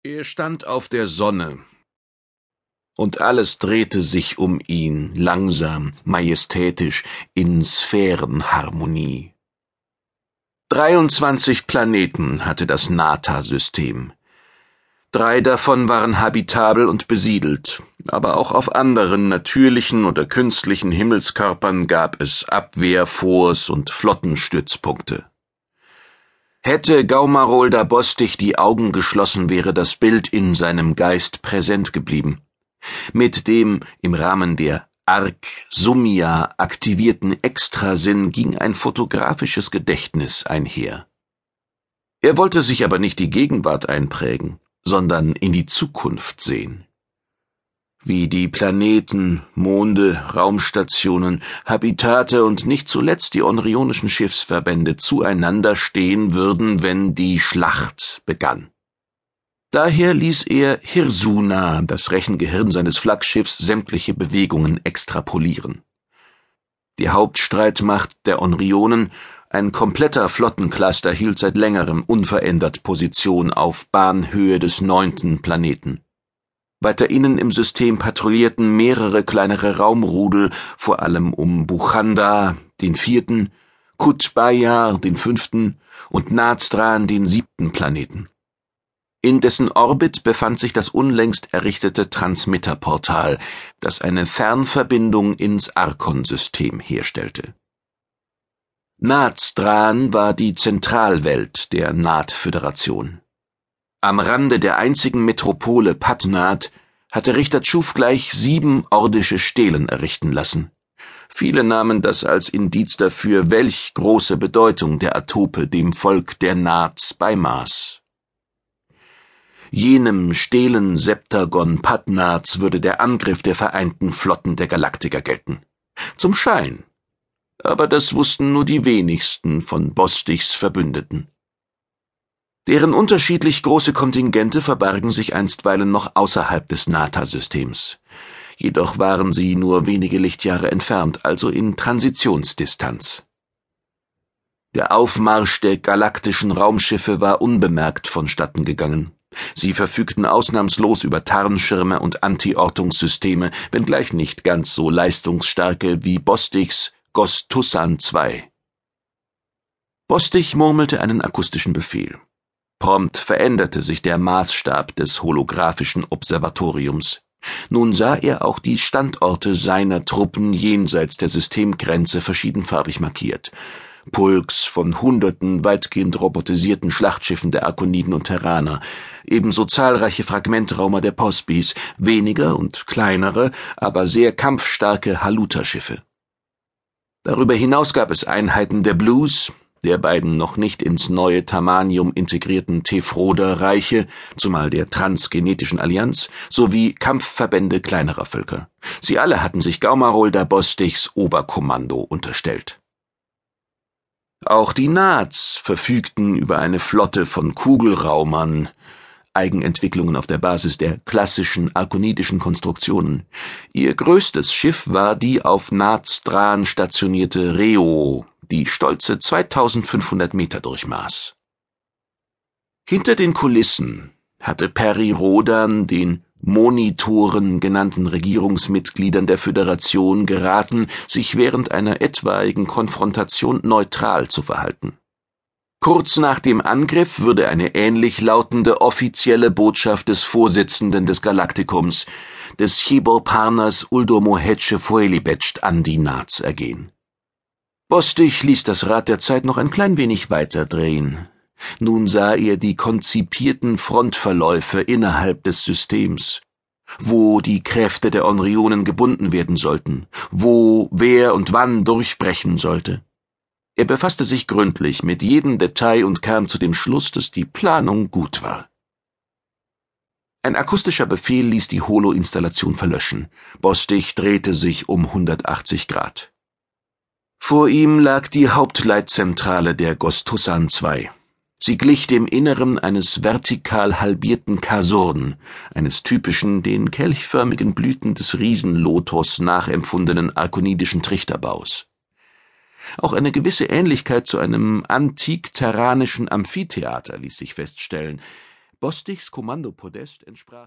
Er stand auf der Sonne, und alles drehte sich um ihn, langsam, majestätisch, in Sphärenharmonie. 23 Planeten hatte das Nata-System. 3 davon waren habitabel und besiedelt, aber auch auf anderen natürlichen oder künstlichen Himmelskörpern gab es Abwehr-, Forts- und Flottenstützpunkte. Hätte Gaumarolda Bostich die Augen geschlossen, wäre das Bild in seinem Geist präsent geblieben. Mit dem im Rahmen der Arc-Sumia aktivierten Extrasinn ging ein fotografisches Gedächtnis einher. Er wollte sich aber nicht die Gegenwart einprägen, sondern in die Zukunft sehen. Wie die Planeten, Monde, Raumstationen, Habitate und nicht zuletzt die onrionischen Schiffsverbände zueinander stehen würden, wenn die Schlacht begann. Daher ließ er Hirsuna, das Rechengehirn seines Flaggschiffs, sämtliche Bewegungen extrapolieren. Die Hauptstreitmacht der Onrionen, ein kompletter Flottencluster, hielt seit längerem unverändert Position auf Bahnhöhe des 9. Planeten. Weiter innen im System patrouillierten mehrere kleinere Raumrudel, vor allem um Buchanda, den 4., Kutbayar, den 5. und Nazdran, den 7. Planeten. In dessen Orbit befand sich das unlängst errichtete Transmitterportal, das eine Fernverbindung ins Arkon-System herstellte. Nazdran war die Zentralwelt der Naht-Föderation. Am Rande der einzigen Metropole Patnath hatte Richter Tschuf gleich 7 ordische Stelen errichten lassen. Viele nahmen das als Indiz dafür, welch große Bedeutung der Atope dem Volk der Naths beimaß. Jenem Stelen-Septagon Patnaths würde der Angriff der vereinten Flotten der Galaktiker gelten. Zum Schein. Aber das wussten nur die wenigsten von Bostichs Verbündeten. Deren unterschiedlich große Kontingente verbargen sich einstweilen noch außerhalb des Nata-Systems. Jedoch waren sie nur wenige Lichtjahre entfernt, also in Transitionsdistanz. Der Aufmarsch der galaktischen Raumschiffe war unbemerkt vonstatten gegangen. Sie verfügten ausnahmslos über Tarnschirme und Anti-Ortungssysteme, wenngleich nicht ganz so leistungsstarke wie Bostichs Gostussan II. Bostich murmelte einen akustischen Befehl. Prompt veränderte sich der Maßstab des holographischen Observatoriums. Nun sah er auch die Standorte seiner Truppen jenseits der Systemgrenze verschiedenfarbig markiert. Pulks von Hunderten weitgehend robotisierten Schlachtschiffen der Arkoniden und Terraner, ebenso zahlreiche Fragmentraumer der Posbis, weniger und kleinere, aber sehr kampfstarke Haluta-Schiffe. Darüber hinaus gab es Einheiten der Blues, der beiden noch nicht ins neue Tamanium integrierten Tefroder-Reiche, zumal der Transgenetischen Allianz, sowie Kampfverbände kleinerer Völker. Sie alle hatten sich Gaumarolda Bostichs Oberkommando unterstellt. Auch die Naths verfügten über eine Flotte von Kugelraumern, Eigenentwicklungen auf der Basis der klassischen arkonidischen Konstruktionen. Ihr größtes Schiff war die auf Nazdran stationierte Reo, die stolze 2500 Meter durchmaß. Hinter den Kulissen hatte Peri Rhodan den Monitoren genannten Regierungsmitgliedern der Föderation geraten, sich während einer etwaigen Konfrontation neutral zu verhalten. Kurz nach dem Angriff würde eine ähnlich lautende offizielle Botschaft des Vorsitzenden des Galaktikums, des Chiboparners Uldomo Hetschefoelibetscht, an die Naths ergehen. Bostich ließ das Rad der Zeit noch ein klein wenig weiter drehen. Nun sah er die konzipierten Frontverläufe innerhalb des Systems, wo die Kräfte der Onrionen gebunden werden sollten, wo, wer und wann durchbrechen sollte. Er befasste sich gründlich mit jedem Detail und kam zu dem Schluss, dass die Planung gut war. Ein akustischer Befehl ließ die Holo-Installation verlöschen. Bostich drehte sich um 180 Grad. Vor ihm lag die Hauptleitzentrale der Gostussan II. Sie glich dem Inneren eines vertikal halbierten Kasurn, eines typischen, den kelchförmigen Blüten des Riesenlotos nachempfundenen arkonidischen Trichterbaus. Auch eine gewisse Ähnlichkeit zu einem antik-terranischen Amphitheater ließ sich feststellen, Bostichs Kommandopodest entsprach